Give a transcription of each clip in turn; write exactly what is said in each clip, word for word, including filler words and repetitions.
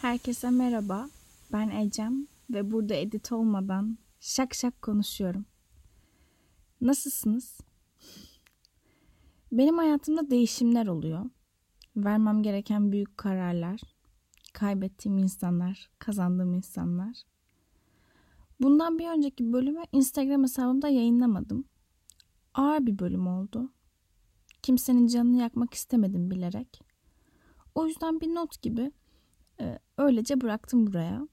Herkese merhaba, ben Ecem ve burada edit olmadan şak şak konuşuyorum. Nasılsınız? Benim hayatımda değişimler oluyor. Vermem gereken büyük kararlar, kaybettiğim insanlar, kazandığım insanlar. Bundan bir önceki bölümü Instagram hesabımda yayınlamadım. Ağır bir bölüm oldu. Kimsenin canını yakmak istemedim bilerek. O yüzden bir not gibi e, öylece bıraktım buraya.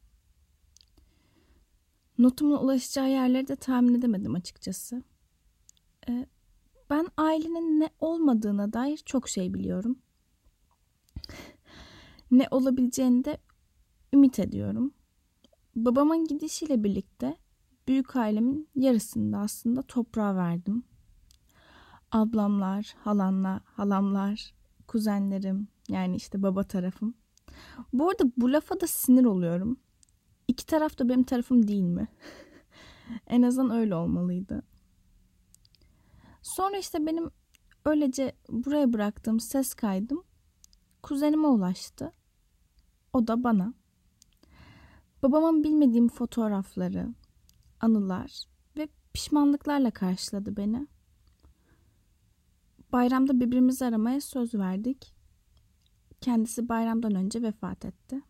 Notumun ulaşacağı yerleri de tahmin edemedim açıkçası. E, ben ailenin ne olmadığına dair çok şey biliyorum. Ne olabileceğini de ümit ediyorum. Babamın gidişiyle birlikte büyük ailemin yarısını da aslında toprağa verdim. Ablamlar, halanlar, halamlar, kuzenlerim, yani işte baba tarafım. Bu arada bu lafa da sinir oluyorum. İki taraf da benim tarafım değil mi? En azından öyle olmalıydı. Sonra işte benim öylece buraya bıraktığım ses kaydım kuzenime ulaştı. O da bana. Babamın bilmediğim fotoğrafları, anılar ve pişmanlıklarla karşıladı beni. Bayramda birbirimizi aramaya söz verdik. Kendisi bayramdan önce vefat etti.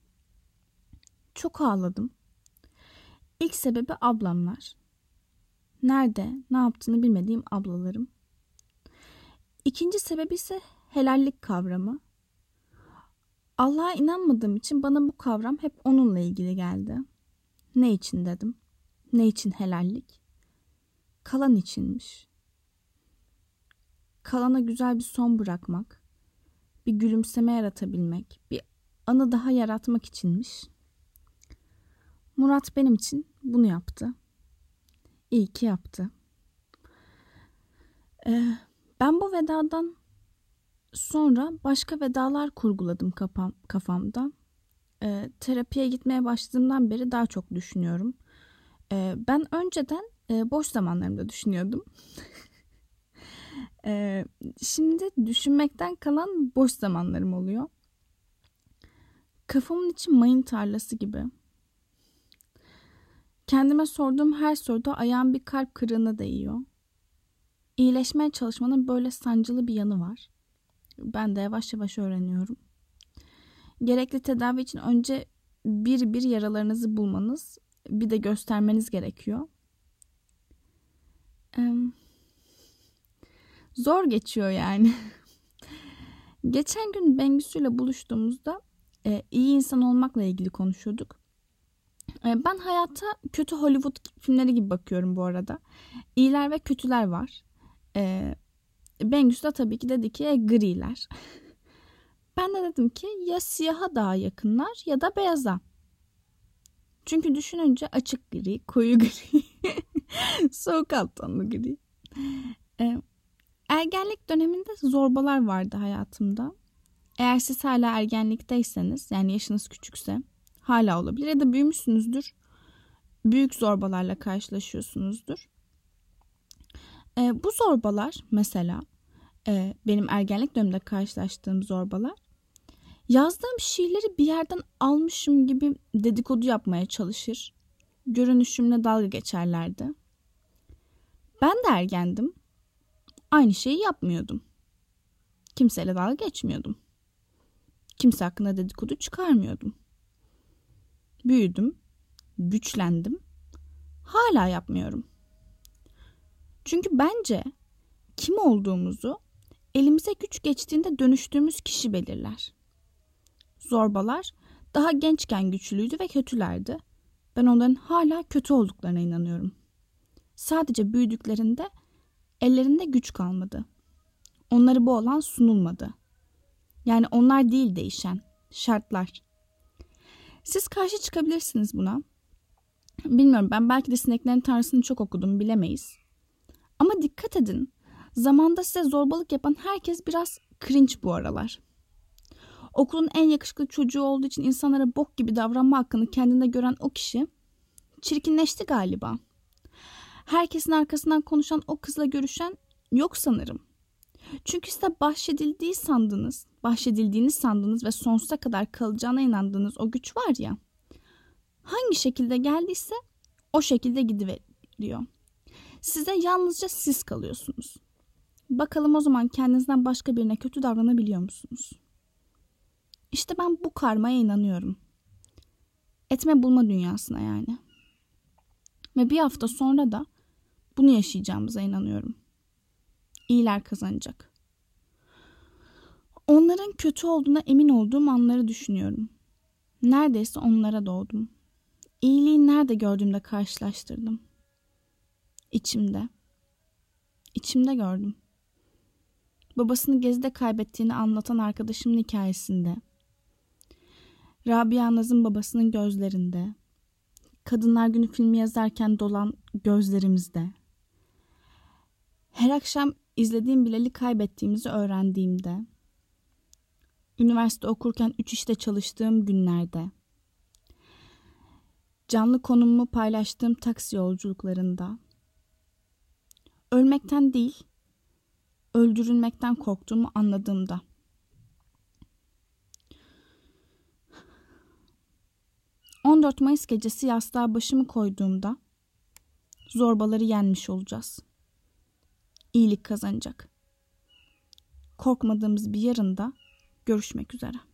Çok ağladım. İlk sebebi ablamlar. Nerede, ne yaptığını bilmediğim ablalarım. İkinci sebebi ise helallik kavramı. Allah'a inanmadığım için bana bu kavram hep onunla ilgili geldi. Ne için dedim? Ne için helallik? Kalan içinmiş. Kalana güzel bir son bırakmak, bir gülümseme yaratabilmek, bir anı daha yaratmak içinmiş. Murat benim için bunu yaptı. İyi ki yaptı. Ee, ben bu vedadan sonra başka vedalar kurguladım kafam, kafamda. Ee, terapiye gitmeye başladığımdan beri daha çok düşünüyorum. Ee, ben önceden e, boş zamanlarımda düşünüyordum. ee, şimdi düşünmekten kalan boş zamanlarım oluyor. Kafamın içi mayın tarlası gibi. Kendime sorduğum her soruda ayağım bir kalp kırığına değiyor. İyileşmeye çalışmanın böyle sancılı bir yanı var. Ben de yavaş yavaş öğreniyorum. Gerekli tedavi için önce bir bir yaralarınızı bulmanız, bir de göstermeniz gerekiyor. Ee, zor geçiyor yani. Geçen gün Bengüsü'yle buluştuğumuzda e, iyi insan olmakla ilgili konuşuyorduk. E, ben hayata kötü Hollywood filmleri gibi bakıyorum bu arada. İyiler ve kötüler var. E, Bengüsü de tabii ki dedi ki e, griler. Ben de dedim ki ya siyaha daha yakınlar ya da beyaza. Çünkü düşününce açık gri, koyu gri, soğuk alt tonlu gri. E, ergenlik döneminde zorbalar vardı hayatımda. Eğer siz hala ergenlikteyseniz, yani yaşınız küçükse hala olabilir ya da büyümüşsünüzdür. Büyük zorbalarla karşılaşıyorsunuzdur. E, bu zorbalar mesela e, benim ergenlik döneminde karşılaştığım zorbalar yazdığım şiirleri bir yerden almışım gibi dedikodu yapmaya çalışır. Görünüşümle dalga geçerlerdi. Ben de ergendim. Aynı şeyi yapmıyordum. Kimseyle dalga geçmiyordum. Kimse hakkında dedikodu çıkarmıyordum. Büyüdüm, güçlendim. Hala yapmıyorum. Çünkü bence kim olduğumuzu elimize güç geçtiğinde dönüştüğümüz kişi belirler. Zorbalar daha gençken güçlüydü ve kötülerdi. Ben onların hala kötü olduklarına inanıyorum. Sadece büyüdüklerinde ellerinde güç kalmadı. Onları bu olan sunulmadı. Yani onlar değil değişen, şartlar. Siz karşı çıkabilirsiniz buna. Bilmiyorum, ben belki de Sineklerin Tanrısı'nı çok okudum, bilemeyiz. Ama dikkat edin, zamanda size zorbalık yapan herkes biraz cringe bu aralar. Okulun en yakışıklı çocuğu olduğu için insanlara bok gibi davranma hakkını kendinde gören o kişi çirkinleşti galiba. Herkesin arkasından konuşan o kızla görüşen yok sanırım. Çünkü size bahşedildiği sandınız, bahşedildiğini sandınız ve sonsuza kadar kalacağına inandığınız o güç var ya, hangi şekilde geldiyse o şekilde gidiveriyor. Size yalnızca siz kalıyorsunuz. Bakalım o zaman kendinizden başka birine kötü davranabiliyor musunuz? İşte ben bu karmaya inanıyorum. Etme bulma dünyasına yani. Ve bir hafta sonra da bunu yaşayacağımıza inanıyorum. İyiler kazanacak. Onların kötü olduğuna emin olduğum anları düşünüyorum. Neredeyse onlara doğdum. İyiliği nerede gördüğümde karşılaştırdım. İçimde. İçimde gördüm. Babasını gezide kaybettiğini anlatan arkadaşımın hikayesinde. Rabia Naz'ın babasının gözlerinde. Kadınlar Günü filmi yazarken dolan gözlerimizde. Her akşam izlediğim Bilal'i kaybettiğimizi öğrendiğimde. Üniversite okurken üç işte çalıştığım günlerde. Canlı konumumu paylaştığım taksi yolculuklarında. Ölmekten değil, öldürülmekten korktuğumu anladığımda. on dört Mayıs gecesi yastığa başımı koyduğumda zorbaları yenmiş olacağız. İyilik kazanacak. Korkmadığımız bir yarında görüşmek üzere.